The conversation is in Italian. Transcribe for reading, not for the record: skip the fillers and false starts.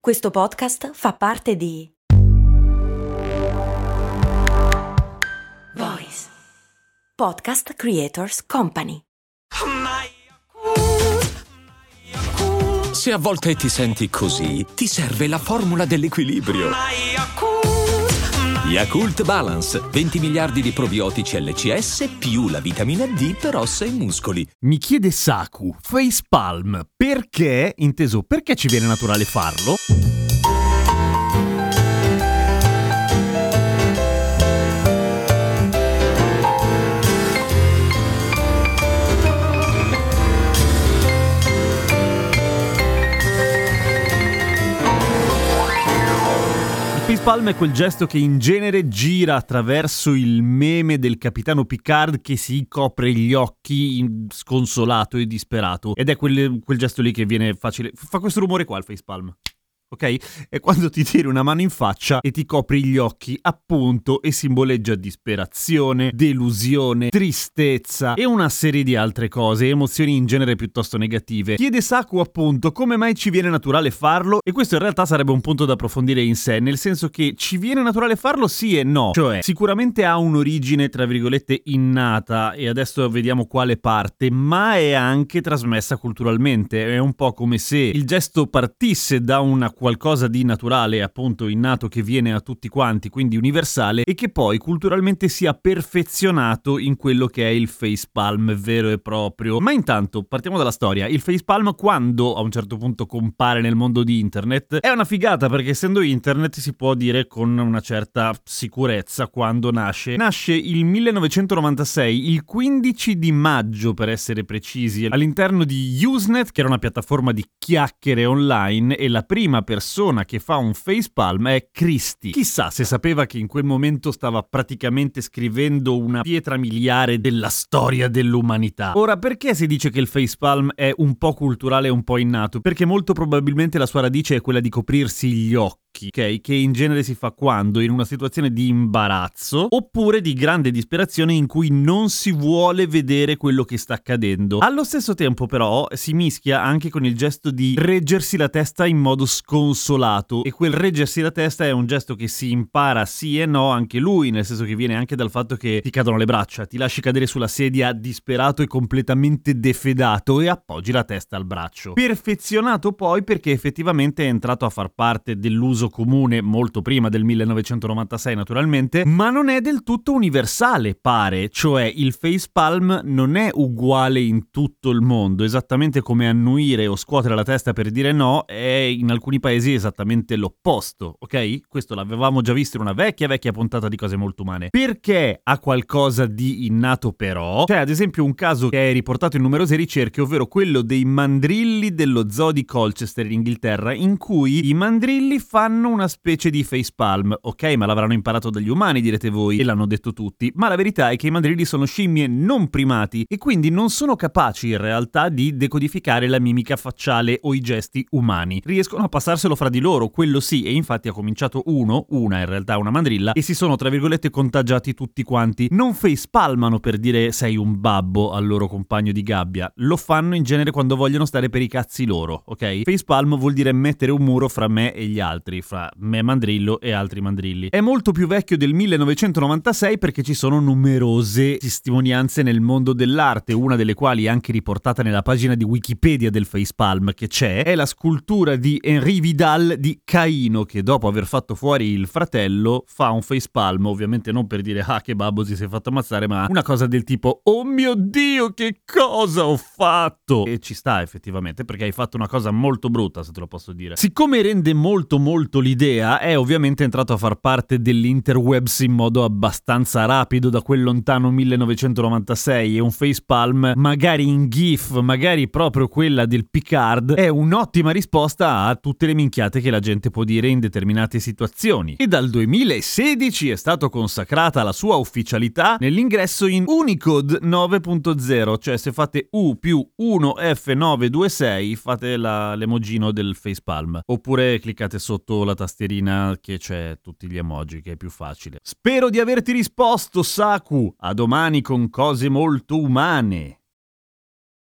Questo podcast fa parte di Voice Podcast Creators Company. Se a volte ti senti così, ti serve la formula dell'equilibrio. Yakult Balance, 20 miliardi di probiotici LCS più la vitamina D per ossa e muscoli. Mi chiede Saku, facepalm, perché, inteso perché ci viene naturale farlo? Il facepalm è quel gesto che in genere gira attraverso il meme del capitano Picard che si copre gli occhi sconsolato e disperato. Ed è quel gesto lì che viene facile. Fa questo rumore qua il facepalm. Ok? È quando ti tiri una mano in faccia e ti copri gli occhi, appunto, e simboleggia disperazione, delusione, tristezza e una serie di altre cose, emozioni in genere piuttosto negative. Chiede Saku, appunto, come mai ci viene naturale farlo, e questo in realtà sarebbe un punto da approfondire in sé, nel senso che ci viene naturale farlo sì e no, cioè sicuramente ha un'origine tra virgolette innata, e adesso vediamo quale parte, ma è anche trasmessa culturalmente. È un po' come se il gesto partisse da una qualcosa di naturale, appunto innato, che viene a tutti quanti, quindi universale, e che poi culturalmente sia perfezionato in quello che è il facepalm vero e proprio. Ma intanto partiamo dalla storia. Il facepalm, quando a un certo punto compare nel mondo di internet, è una figata, perché essendo internet si può dire con una certa sicurezza quando nasce. Nasce il 1996, il 15 di maggio per essere precisi, all'interno di Usenet, che era una piattaforma di chiacchiere online, e la prima persona che fa un facepalm è Christie. Chissà se sapeva che in quel momento stava praticamente scrivendo una pietra miliare della storia dell'umanità. Ora, perché si dice che il facepalm è un po' culturale e un po' innato? Perché molto probabilmente la sua radice è quella di coprirsi gli occhi, ok? Che in genere si fa quando in una situazione di imbarazzo oppure di grande disperazione in cui non si vuole vedere quello che sta accadendo. Allo stesso tempo però si mischia anche con il gesto di reggersi la testa in modo sconsolato, e quel reggersi la testa è un gesto che si impara sì e no anche lui, nel senso che viene anche dal fatto che ti cadono le braccia, ti lasci cadere sulla sedia disperato e completamente defedato e appoggi la testa al braccio. Perfezionato poi perché effettivamente è entrato a far parte dell'uso comune molto prima del 1996 naturalmente, ma non è del tutto universale, pare, cioè il facepalm non è uguale in tutto il mondo, esattamente come annuire o scuotere la testa per dire no è in alcuni paesi esattamente l'opposto, ok? Questo l'avevamo già visto in una vecchia puntata di Cose Molto Umane. Perché ha qualcosa di innato però? C'è ad esempio un caso che è riportato in numerose ricerche, ovvero quello dei mandrilli dello zoo di Colchester in Inghilterra, in cui i mandrilli fanno una specie di facepalm, ok? Ma l'avranno imparato dagli umani, direte voi, e l'hanno detto tutti, ma la verità è che i mandrilli sono scimmie non primati e quindi non sono capaci in realtà di decodificare la mimica facciale o i gesti umani. Riescono a passarselo fra di loro, quello sì, e infatti ha cominciato una in realtà una mandrilla, e si sono tra virgolette contagiati tutti quanti. Non facepalmano per dire sei un babbo al loro compagno di gabbia, lo fanno in genere quando vogliono stare per i cazzi loro, ok? Facepalm vuol dire mettere un muro fra me e gli altri, fra me mandrillo e altri mandrilli. È molto più vecchio del 1996 perché ci sono numerose testimonianze nel mondo dell'arte, una delle quali è anche riportata nella pagina di Wikipedia del facepalm che c'è, è la scultura di Henri Vidal di Caino, che dopo aver fatto fuori il fratello fa un facepalm, ovviamente non per dire ah che babbo si è fatto ammazzare, ma una cosa del tipo oh mio Dio che cosa ho fatto, e ci sta effettivamente perché hai fatto una cosa molto brutta, se te lo posso dire. Siccome rende molto l'idea, è ovviamente entrato a far parte dell'interwebs in modo abbastanza rapido da quel lontano 1996, e un facepalm magari in GIF, magari proprio quella del Picard, è un'ottima risposta a tutte le minchiate che la gente può dire in determinate situazioni. E dal 2016 è stato consacrata la sua ufficialità nell'ingresso in Unicode 9.0, cioè se fate U più 1F926 fate l'emojino del facepalm, oppure cliccate sotto la tastierina che c'è tutti gli emoji, che è più facile. Spero di averti risposto, Saku. A domani con Cose Molto Umane.